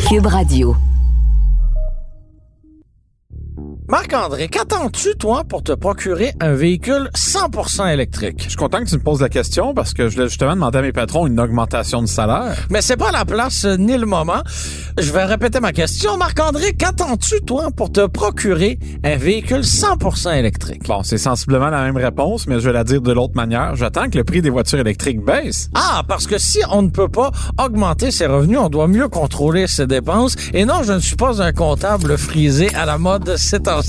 Cube Radio. Marc-André, qu'attends-tu, toi, pour te procurer un véhicule 100% électrique? Je suis content que tu me poses la question parce que je voulais justement demander à mes patrons une augmentation de salaire. Mais c'est pas la place ni le moment. Je vais répéter ma question. Marc-André, qu'attends-tu, toi, pour te procurer un véhicule 100% électrique? Bon, c'est sensiblement la même réponse, mais je vais la dire de l'autre manière. J'attends que le prix des voitures électriques baisse. Ah, parce que si on ne peut pas augmenter ses revenus, on doit mieux contrôler ses dépenses. Et non, je ne suis pas un comptable frisé à la mode ces temps-ci.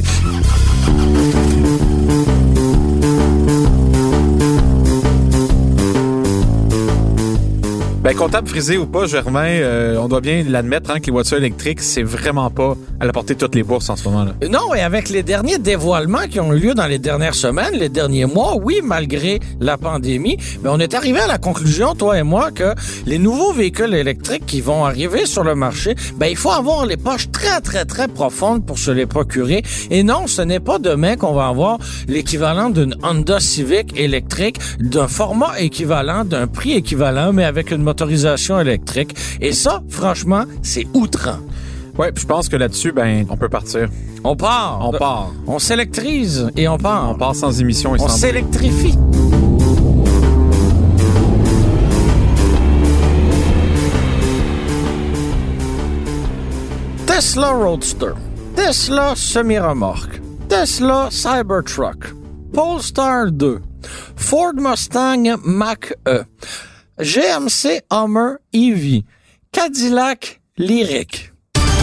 Ben, comptable frisé ou pas, Germain, on doit bien l'admettre que les voitures électriques, c'est vraiment pas à la portée de toutes les bourses en ce moment-là. Non, et avec les derniers dévoilements qui ont eu lieu dans les dernières semaines, les derniers mois, oui, malgré la pandémie, mais on est arrivé à la conclusion, toi et moi, que les nouveaux véhicules électriques qui vont arriver sur le marché, ben il faut avoir les poches très, très, très profondes pour se les procurer. Et non, ce n'est pas demain qu'on va avoir l'équivalent d'une Honda Civic électrique, d'un format équivalent, d'un prix équivalent, mais avec une motorisation électrique. Et ça, franchement, c'est outrant. Ouais, puis je pense que là-dessus, ben, on peut partir. On part. On part. On s'électrise et on part. On part sans émission et sans On s'électrifie. Tesla Roadster, Tesla semi-remorque, Tesla Cybertruck, Polestar 2, Ford Mustang Mach-E, GMC Hummer EV, Cadillac Lyriq.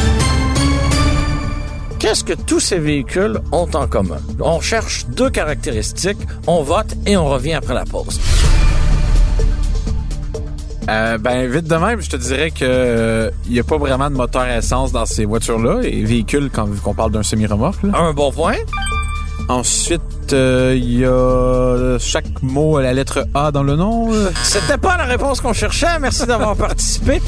Qu'est-ce que tous ces véhicules ont en commun? On cherche deux caractéristiques, on vote et on revient après la pause. Ben, vite de même, je te dirais que il y a pas vraiment de moteur à essence dans ces voitures-là, et véhicules, quand on parle d'un semi-remorque, là. Un bon point. Ensuite, il y a chaque mot à la lettre A dans le nom. C'était pas la réponse qu'on cherchait. Merci d'avoir participé.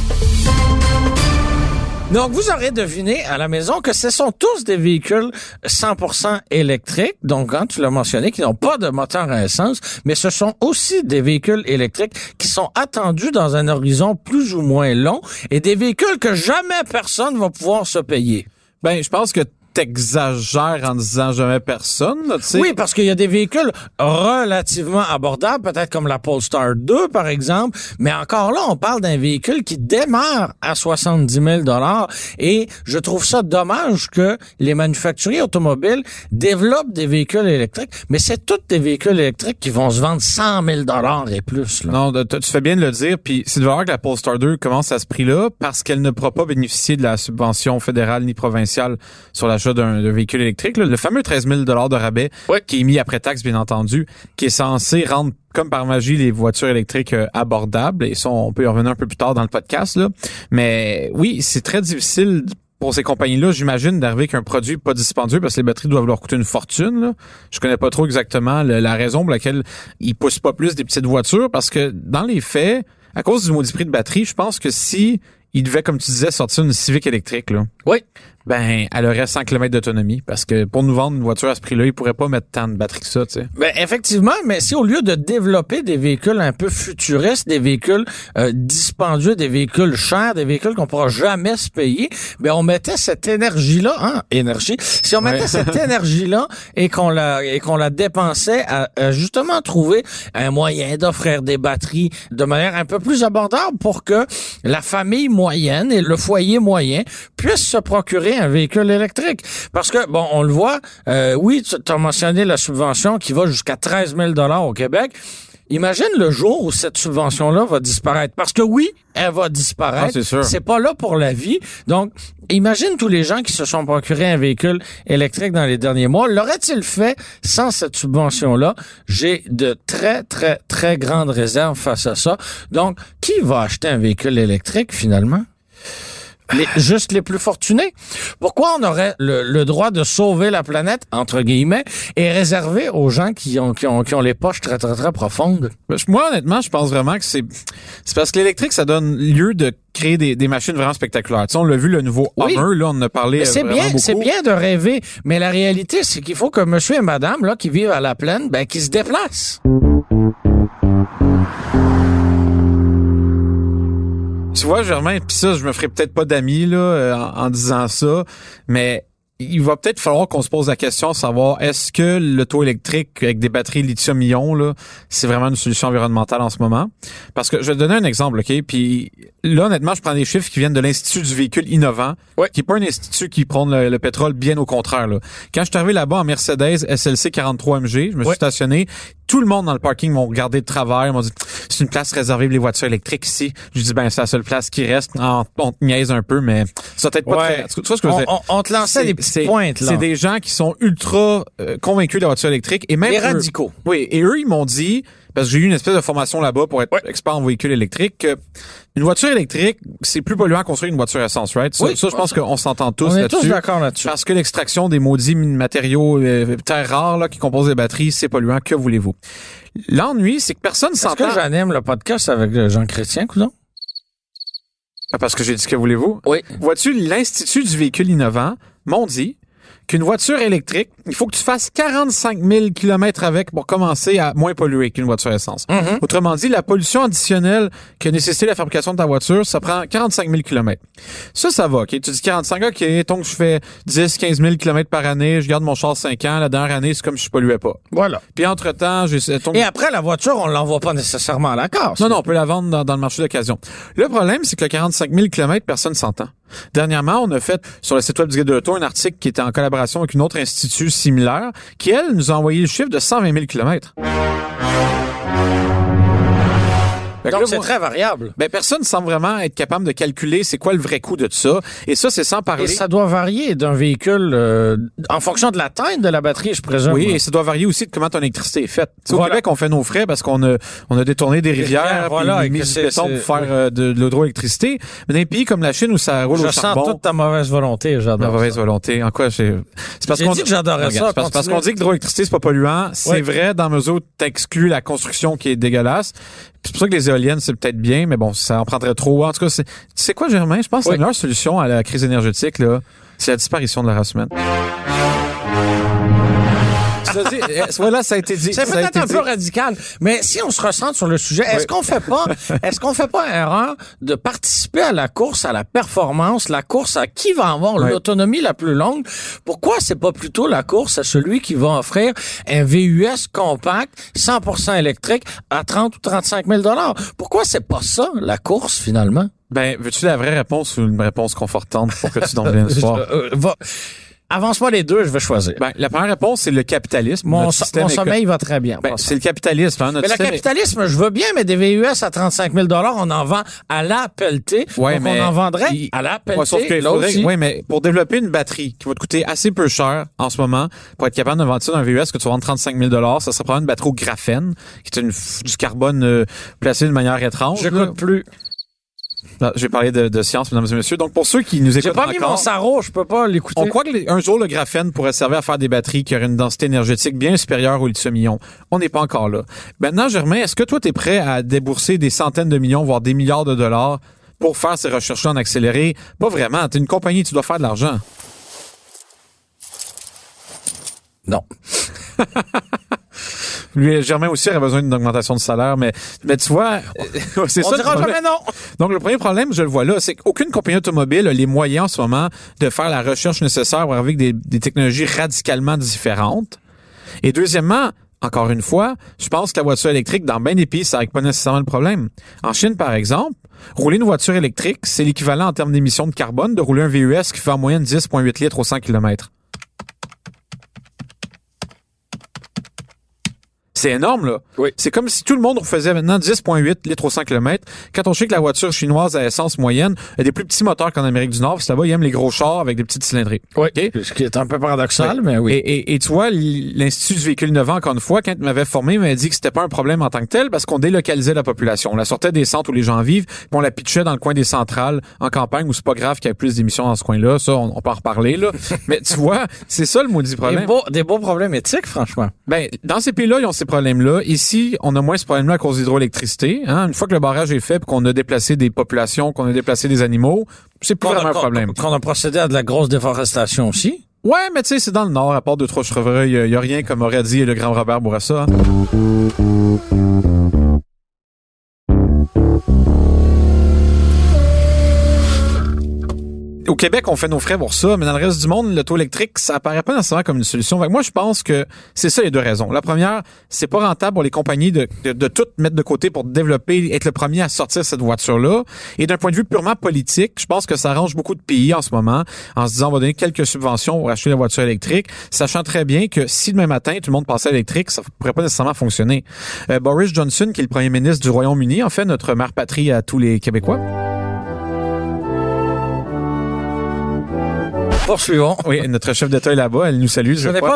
Donc, vous aurez deviné à la maison que ce sont tous des véhicules 100% électriques. Donc, tu l'as mentionné, qui n'ont pas de moteur à essence, mais ce sont aussi des véhicules électriques qui sont attendus dans un horizon plus ou moins long et des véhicules que jamais personne va pouvoir se payer. Ben, je pense que t'exagères en disant jamais personne, là, tu sais. Oui, parce qu'il y a des véhicules relativement abordables, peut-être comme la Polestar 2, par exemple, mais encore là, on parle d'un véhicule qui démarre à 70 000 $, et je trouve ça dommage que les manufacturiers automobiles développent des véhicules électriques, mais c'est tous des véhicules électriques qui vont se vendre 100 000 $ et plus, là. Non, tu fais bien de le dire, puis c'est de voir que la Polestar 2 commence à ce prix-là parce qu'elle ne pourra pas bénéficier de la subvention fédérale ni provinciale sur l'achat d'un véhicule électrique, là. Le fameux 13 000 $ de rabais, oui, qui est mis après taxe, bien entendu, qui est censé rendre comme par magie les voitures électriques abordables, et ça, on peut y revenir un peu plus tard dans le podcast, là. Mais oui, c'est très difficile pour ces compagnies-là, j'imagine, d'arriver avec un produit pas dispendieux parce que les batteries doivent leur coûter une fortune, là. Je connais pas trop exactement la raison pour laquelle ils poussent pas plus des petites voitures, parce que dans les faits, à cause du maudit prix de batterie, je pense que si ils devaient, comme tu disais, sortir une Civic électrique, là. Oui. Ben, elle aurait 100 km d'autonomie, parce que pour nous vendre une voiture à ce prix-là, ils pourraient pas mettre tant de batterie que ça, tu sais. Ben, effectivement, mais si au lieu de développer des véhicules un peu futuristes, des véhicules dispendieux, des véhicules chers, des véhicules qu'on pourra jamais se payer, ben on mettait cette énergie-là, si on mettait cette énergie-là et qu'on la dépensait à justement trouver un moyen d'offrir des batteries de manière un peu plus abordable pour que la famille moyenne et le foyer moyen puissent se procurer un véhicule électrique. Parce que, bon, on le voit, oui, tu as mentionné la subvention qui va jusqu'à 13 000 $ au Québec. Imagine le jour où cette subvention-là va disparaître. Parce que oui, elle va disparaître. Ah, c'est sûr. C'est pas là pour la vie. Donc, imagine tous les gens qui se sont procurés un véhicule électrique dans les derniers mois. L'auraient-ils fait sans cette subvention-là? J'ai de très, très, très grandes réserves face à ça. Donc, qui va acheter un véhicule électrique, finalement? Juste les plus fortunés. Pourquoi on aurait le droit de sauver la planète, entre guillemets, et réservé aux gens qui ont les poches très, très, très profondes? Moi, honnêtement, je pense vraiment que c'est parce que l'électrique, ça donne lieu de créer des machines vraiment spectaculaires. Tu sais, on l'a vu, le nouveau Hummer, là, on en a parlé beaucoup. C'est bien de rêver, mais la réalité, c'est qu'il faut que monsieur et madame, là, qui vivent à la plaine, ben, qui se déplacent. Tu vois, Germain, pis ça, je me ferai peut-être pas d'amis, là, en disant ça, mais il va peut-être falloir qu'on se pose la question de savoir est-ce que l'auto électrique avec des batteries lithium-ion, là, c'est vraiment une solution environnementale en ce moment? Parce que je vais te donner un exemple, OK? Puis là, honnêtement, je prends des chiffres qui viennent de l'Institut du véhicule innovant, qui est pas un institut qui prône le pétrole, bien au contraire, là. Quand je suis arrivé là-bas en Mercedes SLC 43MG, je me suis stationné. Tout le monde dans le parking m'ont regardé de travers, ils m'ont dit c'est une place réservée pour les voitures électriques ici. Je dis c'est la seule place qui reste. On te niaise un peu, mais ça peut-être pas très. Tu vois ce que je veux dire? On te lançait des petites pointes là. C'est des gens qui sont ultra convaincus de la voiture électrique et même les radicaux. Oui, et eux ils m'ont dit parce que j'ai eu une espèce de formation là-bas pour être expert en véhicule électrique que une voiture électrique, c'est plus polluant à construire une voiture essence, right? Ça, je pense qu'on s'entend tous là-dessus. On est tous d'accord là-dessus. Parce que l'extraction des maudits matériaux terres rares là, qui composent les batteries, c'est polluant. Que voulez-vous? L'ennui, c'est que personne s'entend. Est-ce que j'anime le podcast avec Jean Chrétien, coudonc? Parce que j'ai dit que voulez-vous? Oui. Vois-tu, l'Institut du véhicule innovant m'ont dit qu'une voiture électrique, il faut que tu fasses 45 000 km avec pour commencer à moins polluer qu'une voiture essence. Mm-hmm. Autrement dit, la pollution additionnelle que nécessite la fabrication de ta voiture, ça prend 45 000 km. Ça va, OK? Tu dis 45, OK, donc je fais 10, 15 000 km par année, je garde mon char 5 ans, la dernière année, c'est comme si je polluais pas. Voilà. Puis entre-temps, Et après, la voiture, on l'envoie pas nécessairement à la casse. Non, on peut la vendre dans le marché d'occasion. Le problème, c'est que le 45 000 km, personne s'entend. Dernièrement, on a fait sur le site web du Guide de l'auto un article qui était en collaboration avec une autre institut similaire qui, elle, nous a envoyé le chiffre de 120 000 km. Donc, c'est très variable. Ben, personne semble vraiment être capable de calculer c'est quoi le vrai coût de ça. Et ça, c'est sans parler. Et ça doit varier d'un véhicule en fonction de la taille de la batterie, je présume. Oui, et ça doit varier aussi de comment ton électricité est faite. Au Québec, on fait nos frais parce qu'on a détourné des rivières et mis du béton pour faire de l'hydroélectricité. Mais dans des pays comme la Chine où ça roule au charbon. Je sens toute ta mauvaise volonté, j'adore. Ma mauvaise volonté. En quoi c'est parce qu'on dit que j'adorais ça. Parce qu'on dit que l'hydroélectricité, c'est pas polluant. C'est vrai dans mesure où t'exclus la construction qui est dégueulasse. C'est pour ça que les éoliennes, c'est peut-être bien, mais bon, ça en prendrait trop. En tout cas, c'est quoi, Germain? Je pense que la meilleure solution à la crise énergétique, là, c'est la disparition de la race humaine. Voilà, ça a été dit. C'est peut-être un peu radical, mais si on se ressente sur le sujet, est-ce qu'on fait pas erreur de participer à la course, à la performance, la course à qui va avoir l'autonomie la plus longue? Pourquoi c'est pas plutôt la course à celui qui va offrir un VUS compact, 100% électrique à 30 ou 35 000 $? Pourquoi c'est pas ça, la course, finalement? Ben, veux-tu la vraie réponse ou une réponse confortante pour que tu dormes bien le soir? Avance-moi les deux, je vais choisir. Ben, la première réponse, c'est le capitalisme. Mon sommeil va très bien. Ben, c'est le capitalisme. Hein, mais le capitalisme, je veux bien, mais des VUS à 35 000 $, on en vend à la pelletée. Ouais, donc, on en vendrait à la pelletée. Oui, mais pour développer une batterie qui va te coûter assez peu cher en ce moment, pour être capable de vendre ça dans un VUS que tu vas vendre 35 000 $, ça serait probablement une batterie au graphène, qui est du carbone placé de manière étrange. J'écoute plus. Là, je vais parler de science, mesdames et messieurs. Donc, pour ceux qui nous écoutent encore... J'ai pas mis mon sarreau, je peux pas l'écouter. On croit qu'un jour, le graphène pourrait servir à faire des batteries qui auraient une densité énergétique bien supérieure au lithium-ion. On n'est pas encore là. Maintenant, Germain, est-ce que toi, t'es prêt à débourser des centaines de millions, voire des milliards de dollars pour faire ces recherches-là en accéléré? Pas vraiment. T'es une compagnie, tu dois faire de l'argent. Non. Lui, Germain aussi aurait besoin d'une augmentation de salaire, mais tu vois, c'est ça. On dira jamais non. Donc, le premier problème, je le vois là, c'est qu'aucune compagnie automobile a les moyens en ce moment de faire la recherche nécessaire pour arriver avec des technologies radicalement différentes. Et deuxièmement, encore une fois, je pense que la voiture électrique, dans bien des pays, ça règle pas nécessairement le problème. En Chine, par exemple, rouler une voiture électrique, c'est l'équivalent en termes d'émissions de carbone de rouler un VUS qui fait en moyenne 10,8 litres au 100 km. C'est énorme, là. Oui. C'est comme si tout le monde faisait maintenant 10,8 litres au 100 km. Quand on sait que la voiture chinoise à essence moyenne a des plus petits moteurs qu'en Amérique du Nord, c'est là-bas, ils aiment les gros chars avec des petites cylindrées. Oui. Okay? Ce qui est un peu paradoxal, mais oui. Et tu vois, l'Institut du véhicule innovant, encore une fois, quand il m'avait formé, il m'avait dit que c'était pas un problème en tant que tel parce qu'on délocalisait la population. On la sortait des centres où les gens vivent, puis on la pitchait dans le coin des centrales, en campagne, où c'est pas grave qu'il y ait plus d'émissions dans ce coin-là. Ça, on peut en reparler, là. Mais tu vois, c'est ça le maudit problème. Des beaux problèmes éthiques, franchement. Ben, dans ces pays-là, ils ont ces problèmes-là. Ici, on a moins ce problème-là à cause d'hydroélectricité. Hein? Une fois que le barrage est fait, puis qu'on a déplacé des populations, qu'on a déplacé des animaux, c'est plus vraiment un problème. Qu'on a procédé à de la grosse déforestation aussi. Ouais, mais tu sais, c'est dans le Nord, à part 2-3 chevreuils, il y a rien, comme aurait dit le grand Robert Bourassa. Hein? Québec, on fait nos frais pour ça, mais dans le reste du monde, l'auto électrique, ça apparaît pas nécessairement comme une solution. Fait que moi, je pense que c'est ça les deux raisons. La première, c'est pas rentable pour les compagnies de tout mettre de côté pour développer, être le premier à sortir cette voiture-là. Et d'un point de vue purement politique, je pense que ça arrange beaucoup de pays en ce moment, en se disant, on va donner quelques subventions pour acheter la voiture électrique, sachant très bien que si demain matin, tout le monde passait à l'électrique, ça pourrait pas nécessairement fonctionner. Boris Johnson, qui est le premier ministre du Royaume-Uni, en fait, notre mère patrie à tous les Québécois. Poursuivons. Oui, notre chef d'État est là-bas. Elle nous salue. Ce n'est pas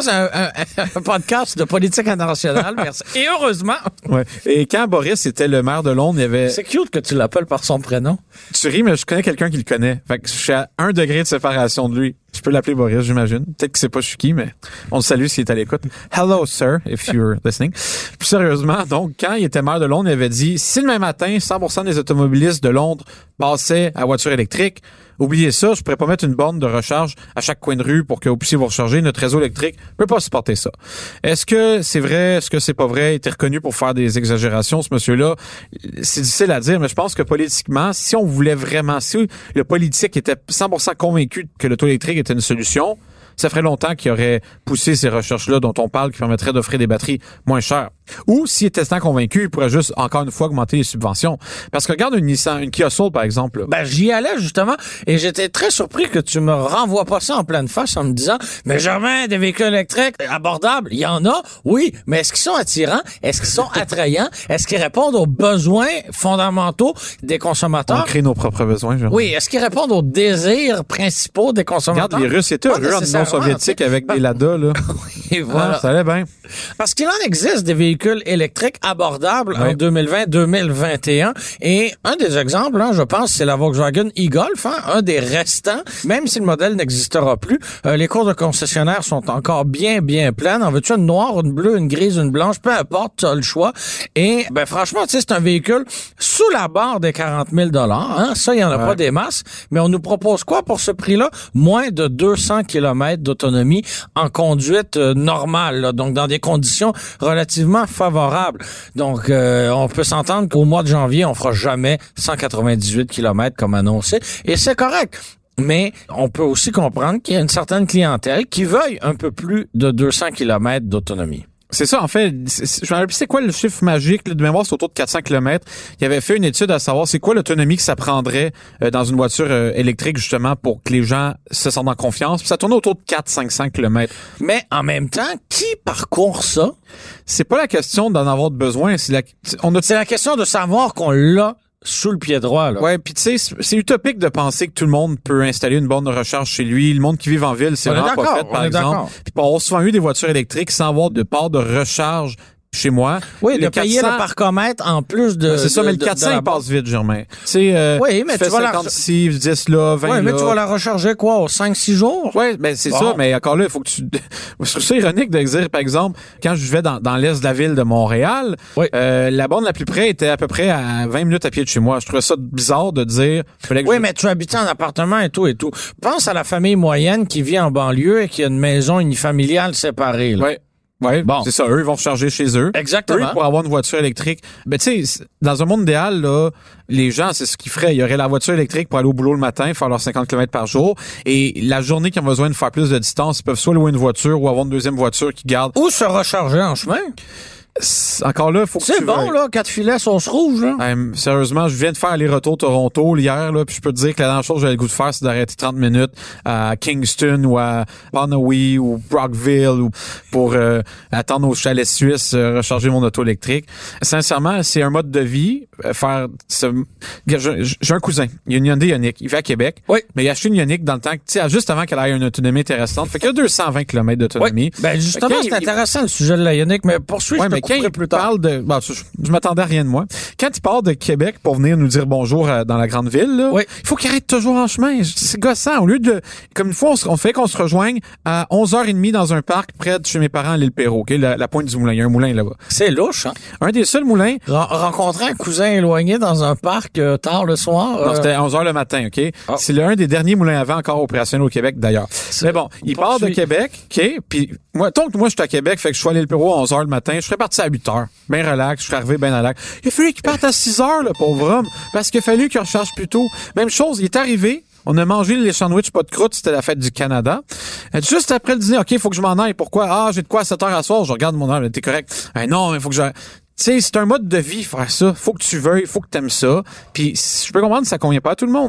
un podcast de politique internationale, merci. Et heureusement. Ouais. Et quand Boris était le maire de Londres, il y avait... C'est cute que tu l'appelles par son prénom. Tu ris, mais je connais quelqu'un qui le connaît. Fait que je suis à 1 degré de séparation de lui. Je peux l'appeler Boris, j'imagine. Peut-être que c'est pas Chucky, mais on le salue s'il est à l'écoute. Hello, sir, if you're listening. Plus sérieusement, donc, quand il était maire de Londres, il avait dit, si demain matin, 100% des automobilistes de Londres passaient à voiture électrique, oubliez ça, je pourrais pas mettre une borne de recharge à chaque coin de rue pour que vous puissiez vous recharger. Notre réseau électrique peut pas supporter ça. Est-ce que c'est vrai? Est-ce que c'est pas vrai? Il était reconnu pour faire des exagérations, ce monsieur-là. C'est difficile à dire, mais je pense que politiquement, si on voulait vraiment, si le politique était 100% convaincu que l'auto électrique était une solution, ça ferait longtemps qu'il aurait poussé ces recherches-là dont on parle qui permettraient d'offrir des batteries moins chères. Ou, s'il était tant convaincu, il pourrait juste, encore une fois, augmenter les subventions. Parce que regarde une Kia Soul, par exemple. Là. Ben, j'y allais, justement, et j'étais très surpris que tu me renvoies pas ça en pleine face en me disant, mais Germain, des véhicules électriques abordables, il y en a, oui, mais est-ce qu'ils sont attirants? Est-ce qu'ils sont attrayants? Est-ce qu'ils répondent aux besoins fondamentaux des consommateurs? On crée nos propres besoins, Germain. Oui, est-ce qu'ils répondent aux désirs principaux des consommateurs? Regarde, les Russes étaient heureux en Union soviétique avec des Lada, là. Oui, voilà. Ah, ça allait bien. Parce qu'il en existe des véhicules électriques abordables en 2020-2021. Et un des exemples, je pense, c'est la Volkswagen e-Golf, un des restants. Même si le modèle n'existera plus, les cours de concessionnaires sont encore bien pleines. En veux-tu une noire, une bleue, une grise, une blanche? Peu importe, tu as le choix. Et ben franchement, tu sais, c'est un véhicule sous la barre des 40 000 $. Ça, il n'y en a pas des masses. Mais on nous propose quoi pour ce prix-là? Moins de 200 km d'autonomie en conduite normale, là, donc dans des conditions relativement favorables. Donc, on peut s'entendre qu'au mois de janvier, on fera jamais 198 km comme annoncé, et c'est correct. Mais on peut aussi comprendre qu'il y a une certaine clientèle qui veuille un peu plus de 200 km d'autonomie. C'est ça, en fait. Je me rappelle plus c'est quoi le chiffre magique, là, de mémoire, c'est autour de 400 km. Il avait fait une étude à savoir c'est quoi l'autonomie que ça prendrait dans une voiture électrique, justement, pour que les gens se sentent en confiance. Puis ça tournait autour de 400-500 km. Mais en même temps, qui parcourt ça? C'est pas la question d'en avoir besoin. C'est la question de savoir qu'on l'a sous le pied droit, là. Ouais, puis tu sais, c'est utopique de penser que tout le monde peut installer une borne de recharge chez lui. Le monde qui vit en ville, c'est vraiment pas fait, par exemple. Puis on a souvent eu des voitures électriques sans avoir de port de recharge chez moi. Oui, de payer le parcomètre en plus de... C'est ça, mais le 400, il passe vite, Germain. Tu sais, oui, mais tu vas 56, 10 là, 20 là. Oui, mais tu vas la recharger quoi, aux 5-6 jours? Oui, ben c'est ça, mais encore là, il faut que tu... Je trouve ça ironique de dire, par exemple, quand je vivais dans l'est de la ville de Montréal, la borne la plus près était à peu près à 20 minutes à pied de chez moi. Je trouvais ça bizarre de dire... Mais tu habitais en appartement et tout. Pense à la famille moyenne qui vit en banlieue et qui a une maison unifamiliale séparée, là. Oui. Oui, bon. C'est ça. Eux, ils vont recharger chez eux. Exactement. Eux, pour avoir une voiture électrique. Ben, tu sais, dans un monde idéal, là, les gens, c'est ce qu'ils feraient. Il y aurait la voiture électrique pour aller au boulot le matin, faire leurs 50 km par jour. Et la journée qu'ils ont besoin de faire plus de distance, ils peuvent soit louer une voiture ou avoir une deuxième voiture qui garde. Ou se recharger en chemin. Encore là, faut que c'est bon, là, 4 filets sauce rouge, là. Sérieusement, je viens de faire aller-retour Toronto hier, là, puis je peux te dire que la dernière chose que j'avais le goût de faire, c'est d'arrêter 30 minutes à Kingston ou à Bonaway ou Brockville ou pour attendre au chalet suisse, recharger mon auto électrique. Sincèrement, c'est un mode de vie. J'ai un cousin, il a une Hyundai Ioniq, il fait à Québec, mais il a acheté une Ioniq dans le temps, tu sais, juste avant qu'elle ait une autonomie intéressante. Fait qu'il y a 220 km d'autonomie. Oui. Ben justement, c'est intéressant le sujet de la Ioniq, mais poursuis, quand il parle de... Bon, je m'attendais à rien de moi. Quand il part de Québec pour venir nous dire bonjour dans la grande ville, là, il faut qu'il arrête toujours en chemin. C'est gossant. Au lieu de... Comme une fois, on fait qu'on se rejoigne à 11h30 dans un parc près de chez mes parents à l'île Perrot, okay? La pointe du moulin. Il y a un moulin là-bas. C'est louche, hein? Un des seuls moulins... Rencontrer un cousin éloigné dans un parc tard le soir... Non, c'était à 11h le matin, OK? Oh. C'est l'un des derniers moulins à vent encore opérationnels au Québec, d'ailleurs. Mais bon, il part de Québec, OK? Puis moi, tant que moi, je suis à Québec, fait que je suis allé à l'île Perrot à 11h le matin, je serais parti à 8h. Ben relax, je suis arrivé ben relax. Il a fallu qu'il parte à 6h, le pauvre homme, parce qu'il a fallu qu'il recharge plus tôt. Même chose, il est arrivé, On a mangé les sandwichs pas de croûte, c'était la fête du Canada. Juste après le dîner, OK, il faut que je m'en aille. Pourquoi? Ah, j'ai de quoi à 7 heures à soir. Je regarde mon heure, t'es correct. Non, il faut que je... Tu sais, c'est un mode de vie, faire ça. Faut que tu veuilles, faut que t'aimes ça. Puis, je peux comprendre que ça convient pas à tout le monde.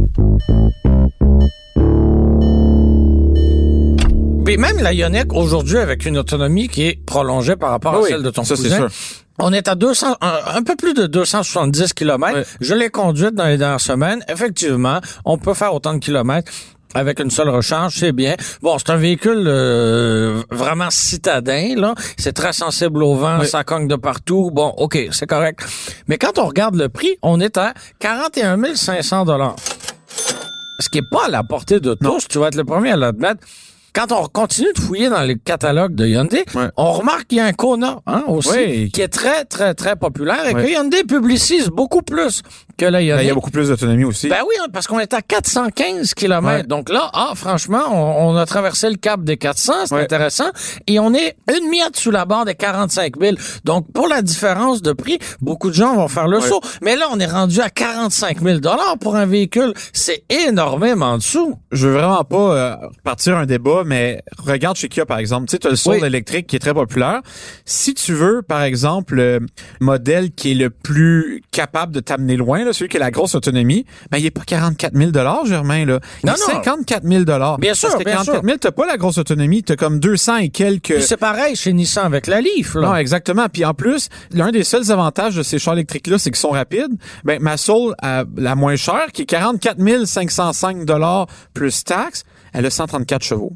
Mais même la Ioniq, aujourd'hui, avec une autonomie qui est prolongée par rapport à celle de ton cousin. C'est sûr. On est à 200, un peu plus de 270 kilomètres. Oui. Je l'ai conduite dans les dernières semaines. Effectivement, on peut faire autant de kilomètres avec une seule recharge, c'est bien. Bon, c'est un véhicule vraiment citadin, là. C'est très sensible au vent, ça cogne de partout. Bon, OK, c'est correct. Mais quand on regarde le prix, on est à 41 500 $. Ce qui est pas à la portée de tous, tu vas être le premier à l'admettre. Quand on continue de fouiller dans les catalogues de Hyundai, on remarque qu'il y a un Kona aussi, qui est très, très, très populaire et que Hyundai publicise beaucoup plus que la Ioniq. Il y a beaucoup plus d'autonomie aussi. Ben oui, parce qu'on est à 415 kilomètres. Donc là, franchement, on a traversé le cap des 400, c'est intéressant. Et on est une miette sous la barre des 45 000. Donc, pour la différence de prix, beaucoup de gens vont faire le saut. Mais là, on est rendu à 45 000 $ pour un véhicule. C'est énormément en dessous. Je veux vraiment pas partir un débat, mais regarde chez Kia, par exemple. Tu sais, tu as le Soul électrique qui est très populaire. Si tu veux, par exemple, le modèle qui est le plus capable de t'amener loin, là, celui qui a la grosse autonomie, ben, il est pas 44 000 $, Germain, là. Il est 54 000 $. Bien sûr, parce que 44 000, t'as pas la grosse autonomie, t'as comme 200 et quelques... Puis c'est pareil chez Nissan avec la Leaf, là. Non, exactement. Puis en plus, l'un des seuls avantages de ces chars électriques-là, c'est qu'ils sont rapides. Ben, ma Soul, la moins chère, qui est 44 505 $ plus taxes, elle a 134 chevaux.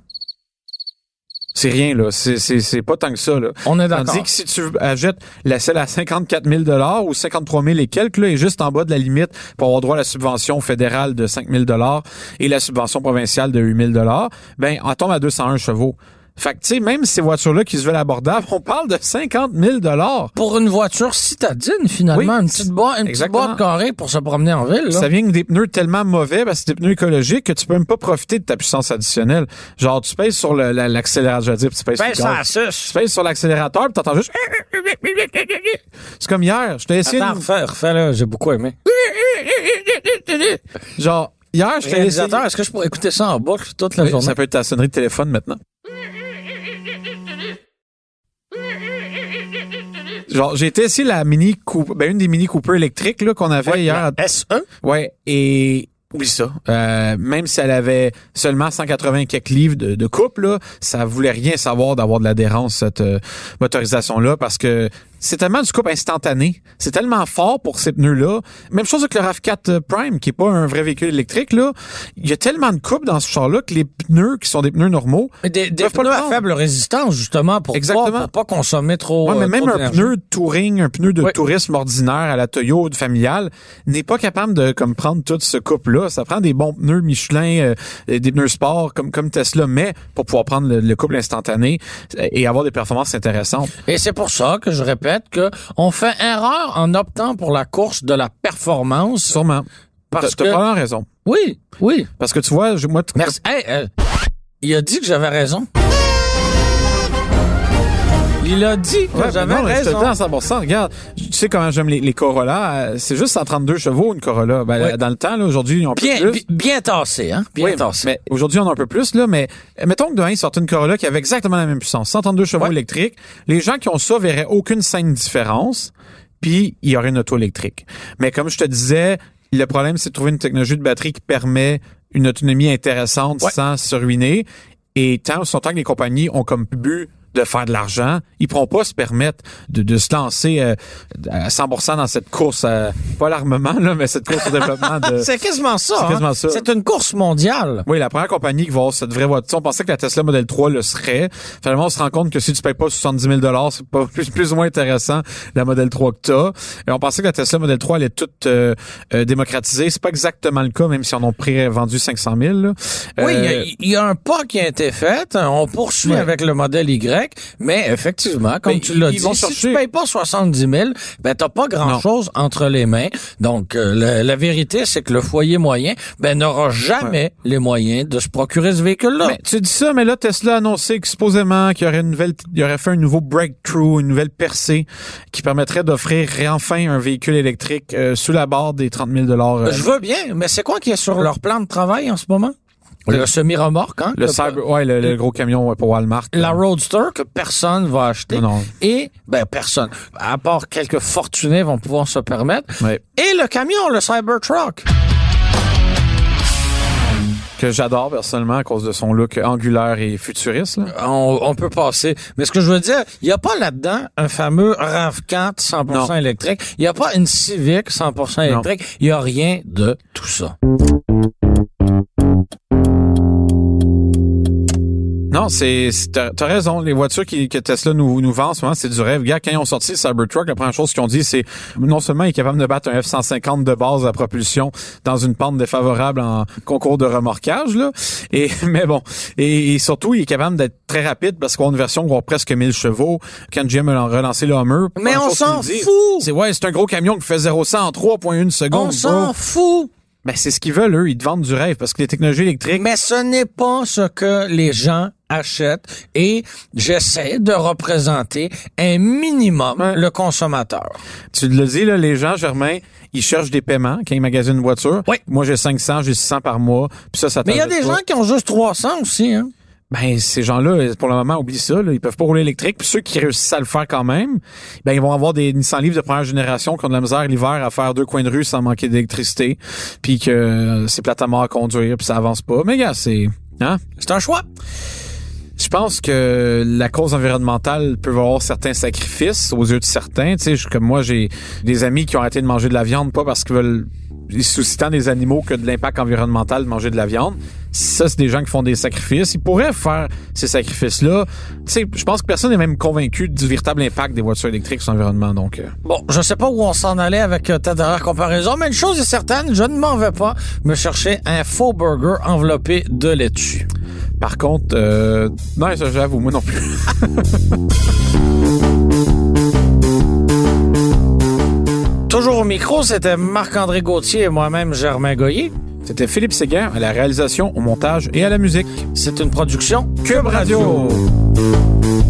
C'est rien, là. C'est pas tant que ça, là. On est d'accord. Tandis que si tu achètes celle à 54 000 $ ou 53 000 et quelques, là, est juste en bas de la limite pour avoir droit à la subvention fédérale de 5 000 $ et la subvention provinciale de 8 000 $, ben, on tombe à 201 chevaux. Fait que, tu sais, même ces voitures-là qui se veulent abordables, on parle de 50 000 $. Pour une voiture citadine, finalement. Une petite boîte carrée pour se promener en ville, là. Ça vient avec des pneus tellement mauvais, parce que c'est des pneus écologiques, que tu peux même pas profiter de ta puissance additionnelle. Genre, tu pèses sur l'accélérateur, je veux dire, tu pèses tu pèses sur l'accélérateur, puis t'entends juste... C'est comme hier, je t'ai essayé... Attends, refais-le, j'ai beaucoup aimé. Genre, hier, je t'ai essayé... Est-ce que je pourrais écouter ça en boucle toute la journée? Ça peut être ta sonnerie de téléphone maintenant. Genre, j'ai été essayer la Mini Cooper, une des Mini Cooper électriques là qu'on avait hier. La SE? Ouais, et oui ça. Même si elle avait seulement 180 quelques livres de couple là, ça voulait rien savoir d'avoir de l'adhérence cette motorisation là parce que c'est tellement du couple instantané. C'est tellement fort pour ces pneus-là. Même chose avec le RAV4 Prime, qui est pas un vrai véhicule électrique, là. Il y a tellement de couple dans ce char-là que les pneus, qui sont des pneus normaux... Des pneus à faible résistance, justement, pour pas consommer trop... Ouais, mais même trop un pneu de touring, un pneu de tourisme ordinaire à la Toyota familiale, n'est pas capable de prendre tout ce couple-là. Ça prend des bons pneus Michelin, des pneus sport, comme Tesla, mais pour pouvoir prendre le couple instantané et avoir des performances intéressantes. Et c'est pour ça que je répète que on fait erreur en optant pour la course de la performance. Sûrement. Parce que... T'as pas raison. Oui. Parce que tu vois, moi... Merci. Il a dit que j'avais raison. Il a dit que j'avais raison. Je te dis en 100%. Regarde, tu sais comment j'aime les Corolla. C'est juste 132 chevaux, une Corolla. Ben, dans le temps, là, aujourd'hui, ils ont un peu plus. Bien tassé, hein? Bien tassé. Mais aujourd'hui, on a un peu plus, là. Mais mettons que demain, ils sortent une Corolla qui avait exactement la même puissance. 132 chevaux électriques. Les gens qui ont ça verraient aucune saine différence. Puis, il y aurait une auto électrique. Mais comme je te disais, le problème, c'est de trouver une technologie de batterie qui permet une autonomie intéressante sans se ruiner. Et tant que les compagnies ont comme but de faire de l'argent, ils pourront pas se permettre de se lancer à 100% dans cette course, pas l'armement, là, mais cette course au développement de... C'est quasiment ça. C'est quasiment ça. C'est une course mondiale. Oui, la première compagnie qui va avoir cette vraie voiture. On pensait que la Tesla Model 3 le serait. Finalement, on se rend compte que si tu payes pas 70 000 $, c'est pas plus ou moins intéressant, la Model 3 que t'as. Et on pensait que la Tesla Model 3 allait toute démocratiser. C'est pas exactement le cas, même si on en a vendu 500 000. Là. Oui, il y a un pas qui a été fait. On poursuit avec le modèle Y. correct, mais effectivement, comme tu l'as dit, si tu payes pas 70 000, ben t'as pas grand-chose entre les mains. Donc, la vérité, c'est que le foyer moyen, ben n'aura jamais les moyens de se procurer ce véhicule-là. Mais tu dis ça, mais là, Tesla a annoncé que supposément qu'il y aurait fait un nouveau breakthrough, une nouvelle percée qui permettrait d'offrir enfin un véhicule électrique sous la barre des 30 000 $. Je veux bien, mais c'est quoi qui est sur leur plan de travail en ce moment? Le semi-remorque, hein? Le gros camion pour Walmart. La Roadster que personne va acheter. Non. Et, personne. À part quelques fortunés vont pouvoir se permettre. Ouais. Et le camion, le Cybertruck. Que j'adore personnellement à cause de son look angulaire et futuriste. Là. On peut passer. Mais ce que je veux dire, il n'y a pas là-dedans un fameux RAV4 100% électrique. Il n'y a pas une Civic 100% électrique. Il n'y a rien de tout ça. Non, t'as raison. Les voitures que Tesla nous vend en ce moment, c'est du rêve. Regarde, quand ils ont sorti le Cybertruck, la première chose qu'ils ont dit, c'est non seulement il est capable de battre un F-150 de base à propulsion dans une pente défavorable en concours de remorquage, là. Et surtout, il est capable d'être très rapide parce qu'on a une version qui va avoir presque 1000 chevaux. Quand GM a relancé le Hummer. Mais on s'en fout! C'est un gros camion qui fait 0-100 en 3,1 secondes. On s'en fout! Ben, c'est ce qu'ils veulent, eux. Ils te vendent du rêve parce que les technologies électriques... Mais ce n'est pas ce que les gens achètent et j'essaie de représenter un minimum le consommateur. Tu le dis, là, les gens, Germain, ils cherchent des paiements quand ils magasinent une voiture. Oui. Moi, j'ai 500, j'ai 600 par mois. Puis ça mais il y a des gens qui ont juste 300 aussi, hein. Ben, ces gens-là, pour le moment, oublie ça, là. Ils peuvent pas rouler électrique. Puis ceux qui réussissent à le faire quand même, ben, ils vont avoir des Nissan Leaf de première génération qui ont de la misère l'hiver à faire 2 coins de rue sans manquer d'électricité. Puis que c'est plate à mort à conduire, puis ça avance pas. Mais gars, c'est un choix. Je pense que la cause environnementale peut avoir certains sacrifices aux yeux de certains. Tu sais, comme moi, j'ai des amis qui ont arrêté de manger de la viande, pas parce qu'ils veulent ils se soucient tant des animaux que de l'impact environnemental de manger de la viande. Ça, c'est des gens qui font des sacrifices. Ils pourraient faire ces sacrifices-là. Tu sais, je pense que personne n'est même convaincu du véritable impact des voitures électriques sur l'environnement. Donc, Bon, je sais pas où on s'en allait avec ta dernière comparaison, mais une chose est certaine, je ne m'en vais pas me chercher un faux burger enveloppé de laitue. Par contre, non, ça j'avoue, moi non plus. Toujours au micro, c'était Marc-André Gauthier et moi-même Germain Goyer. C'était Philippe Séguin à la réalisation, au montage et à la musique. C'est une production Cube Radio.